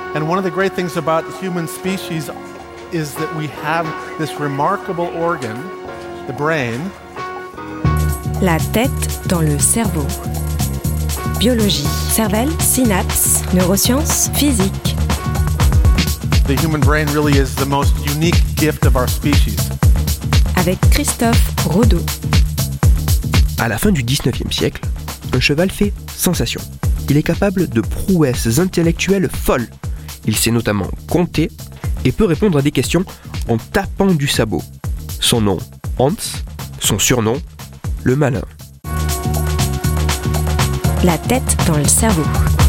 And one of the great things about the human species is that we have this remarkable organ, the brain. La tête dans le cerveau. Biologie, cervelle, synapses, neurosciences, physique. The human brain really is the most unique gift of our species. Avec Christophe Rodeau. À la fin du 19e siècle, un cheval fait sensation. Il est capable de prouesses intellectuelles folles. Il sait notamment compter et peut répondre à des questions en tapant du sabot. Son nom, Hans, son surnom, le malin. La tête dans le cerveau.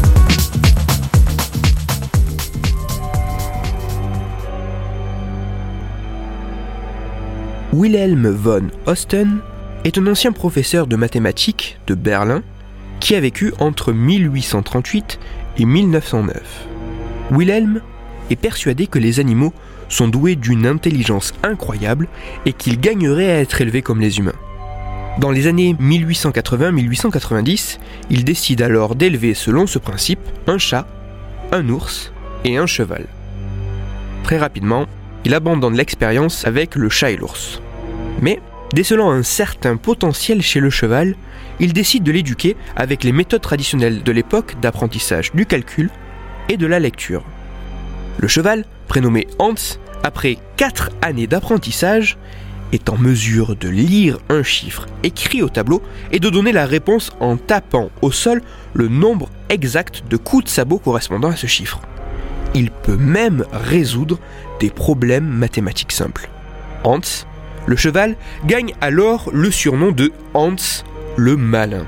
Wilhelm von Osten est un ancien professeur de mathématiques de Berlin qui a vécu entre 1838 et 1909. Wilhelm est persuadé que les animaux sont doués d'une intelligence incroyable et qu'ils gagneraient à être élevés comme les humains. Dans les années 1880-1890, il décide alors d'élever selon ce principe un chat, un ours et un cheval. Très rapidement, il abandonne l'expérience avec le chat et l'ours. Mais, décelant un certain potentiel chez le cheval, il décide de l'éduquer avec les méthodes traditionnelles de l'époque d'apprentissage du calcul et de la lecture. Le cheval, prénommé Hans, après 4 années d'apprentissage, est en mesure de lire un chiffre écrit au tableau et de donner la réponse en tapant au sol le nombre exact de coups de sabot correspondant à ce chiffre. Il peut même résoudre des problèmes mathématiques simples. Hans, le cheval, gagne alors le surnom de Hans le malin.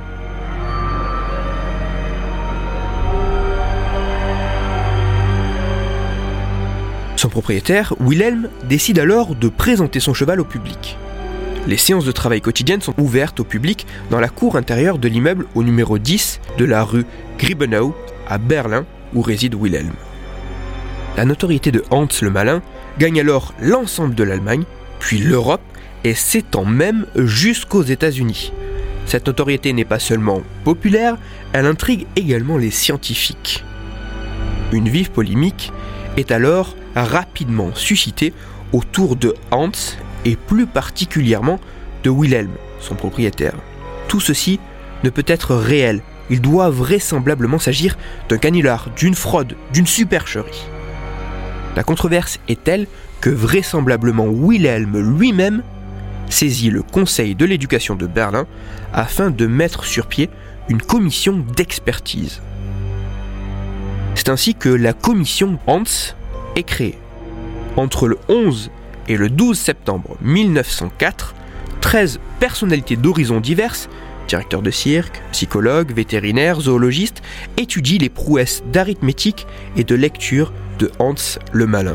Son propriétaire, Wilhelm, décide alors de présenter son cheval au public. Les séances de travail quotidiennes sont ouvertes au public dans la cour intérieure de l'immeuble au numéro 10 de la rue Griebenau à Berlin, où réside Wilhelm. La notoriété de Hans le malin gagne alors l'ensemble de l'Allemagne, puis l'Europe et s'étend même jusqu'aux États-Unis. Cette notoriété n'est pas seulement populaire, elle intrigue également les scientifiques. Une vive polémique est alors rapidement suscitée autour de Hans et plus particulièrement de Wilhelm, son propriétaire. Tout ceci ne peut être réel, il doit vraisemblablement s'agir d'un canular, d'une fraude, d'une supercherie. La controverse est telle que vraisemblablement Wilhelm lui-même saisit le Conseil de l'éducation de Berlin afin de mettre sur pied une commission d'expertise. C'est ainsi que la commission Hans est créée. Entre le 11 et le 12 septembre 1904, 13 personnalités d'horizons diverses, directeurs de cirque, psychologues, vétérinaires, zoologistes, étudient les prouesses d'arithmétique et de lecture de Hans le malin.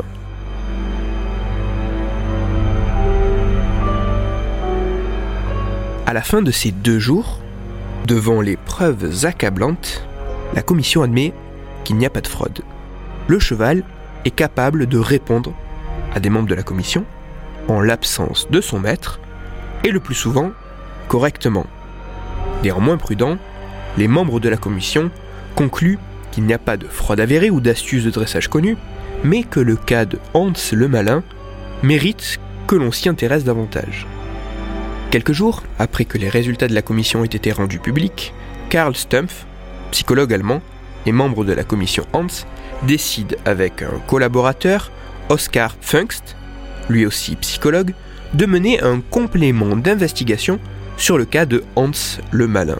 À la fin de ces 2 jours, devant les preuves accablantes, la commission admet qu'il n'y a pas de fraude. Le cheval est capable de répondre à des membres de la commission en l'absence de son maître et le plus souvent correctement. Néanmoins prudents, les membres de la commission concluent qu'il n'y a pas de fraude avérée ou d'astuce de dressage connue, mais que le cas de Hans le malin mérite que l'on s'y intéresse davantage. Quelques jours après que les résultats de la commission aient été rendus publics, Karl Stumpf, psychologue allemand et membre de la commission Hans, décide avec un collaborateur, Oskar Pfungst, lui aussi psychologue, de mener un complément d'investigation sur le cas de Hans le malin.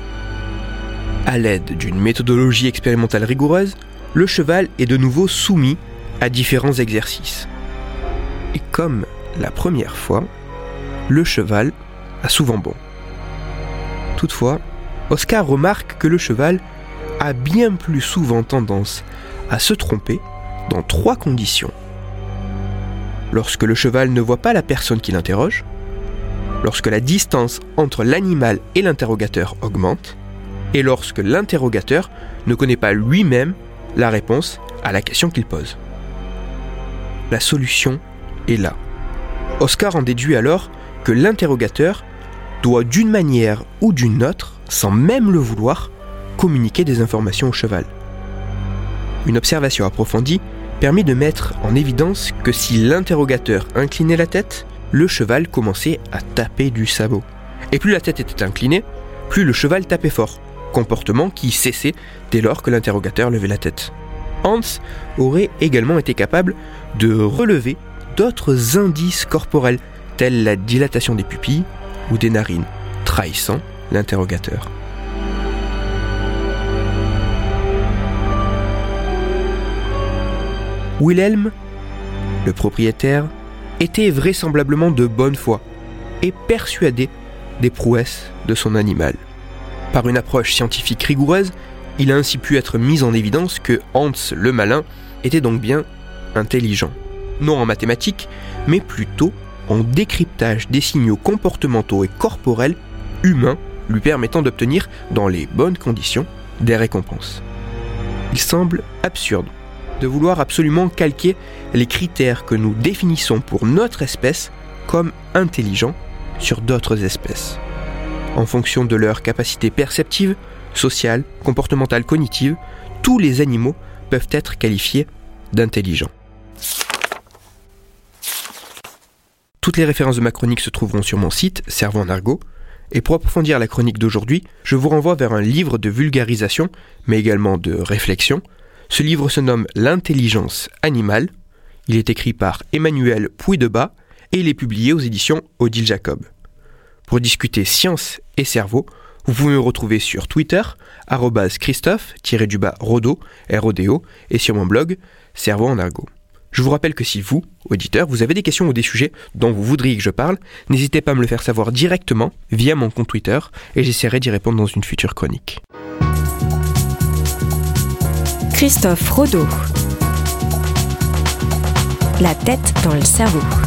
À l'aide d'une méthodologie expérimentale rigoureuse, le cheval est de nouveau soumis à différents exercices. Et comme la première fois, le cheval a souvent bon. Toutefois, Oskar remarque que le cheval a bien plus souvent tendance à se tromper dans 3 conditions. Lorsque le cheval ne voit pas la personne qui l'interroge, lorsque la distance entre l'animal et l'interrogateur augmente, et lorsque l'interrogateur ne connaît pas lui-même la réponse à la question qu'il pose. La solution est là. Oskar en déduit alors que l'interrogateur doit d'une manière ou d'une autre, sans même le vouloir, communiquer des informations au cheval. Une observation approfondie permet de mettre en évidence que si l'interrogateur inclinait la tête, le cheval commençait à taper du sabot. Et plus la tête était inclinée, plus le cheval tapait fort, comportement qui cessait dès lors que l'interrogateur levait la tête. Hans aurait également été capable de relever d'autres indices corporels, tels la dilatation des pupilles ou des narines, trahissant l'interrogateur. Wilhelm, le propriétaire, était vraisemblablement de bonne foi et persuadé des prouesses de son animal. Par une approche scientifique rigoureuse, il a ainsi pu être mis en évidence que Hans le malin était donc bien intelligent. Non en mathématiques, mais plutôt en décryptage des signaux comportementaux et corporels humains lui permettant d'obtenir, dans les bonnes conditions, des récompenses. Il semble absurde de vouloir absolument calquer les critères que nous définissons pour notre espèce comme intelligents sur d'autres espèces. En fonction de leur capacité perceptive, sociale, comportementale, cognitive, tous les animaux peuvent être qualifiés d'intelligents. Toutes les références de ma chronique se trouveront sur mon site, Cerveau en argot, et pour approfondir la chronique d'aujourd'hui, je vous renvoie vers un livre de vulgarisation, mais également de réflexion. Ce livre se nomme L'intelligence animale. Il est écrit par Emmanuel Puy-Debat et il est publié aux éditions Odile Jacob. Pour discuter science et cerveau, vous pouvez me retrouver sur Twitter, @Christophe_Rodo, R-O-D-O, et sur mon blog, Cerveau en argot. Je vous rappelle que si vous, auditeurs, vous avez des questions ou des sujets dont vous voudriez que je parle, n'hésitez pas à me le faire savoir directement via mon compte Twitter et j'essaierai d'y répondre dans une future chronique. Christophe Rodo. La tête dans le cerveau.